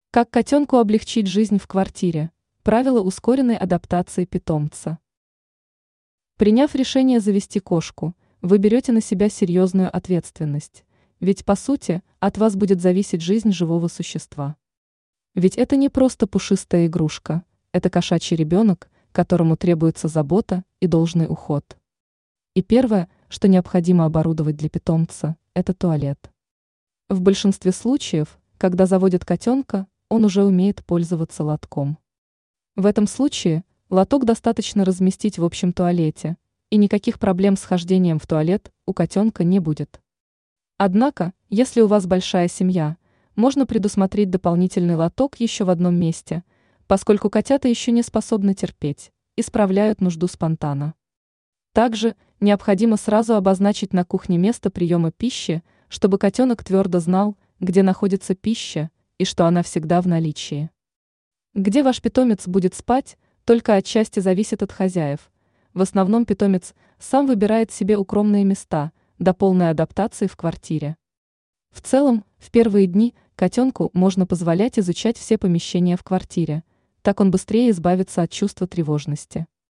Как котенку облегчить жизнь в квартире? Правила ускоренной адаптации питомца. Приняв решение завести кошку, вы берете на себя серьезную ответственность, ведь по сути от вас будет зависеть жизнь живого существа. Ведь это не просто пушистая игрушка, это кошачий ребенок, которому требуется забота и должный уход. И первое, что необходимо оборудовать для питомца, это туалет. В большинстве случаев, когда заводят котенка, он уже умеет пользоваться лотком. В этом случае лоток достаточно разместить в общем туалете, и никаких проблем с хождением в туалет у котенка не будет. Однако, если у вас большая семья, можно предусмотреть дополнительный лоток еще в одном месте, поскольку котята еще не способны терпеть и справляют нужду спонтанно. Также необходимо сразу обозначить на кухне место приема пищи, чтобы котенок твердо знал, где находится пища и что она всегда в наличии. Где ваш питомец будет спать, только отчасти зависит от хозяев. В основном питомец сам выбирает себе укромные места до полной адаптации в квартире. В целом, в первые дни котенку можно позволять изучать все помещения в квартире, так он быстрее избавится от чувства тревожности.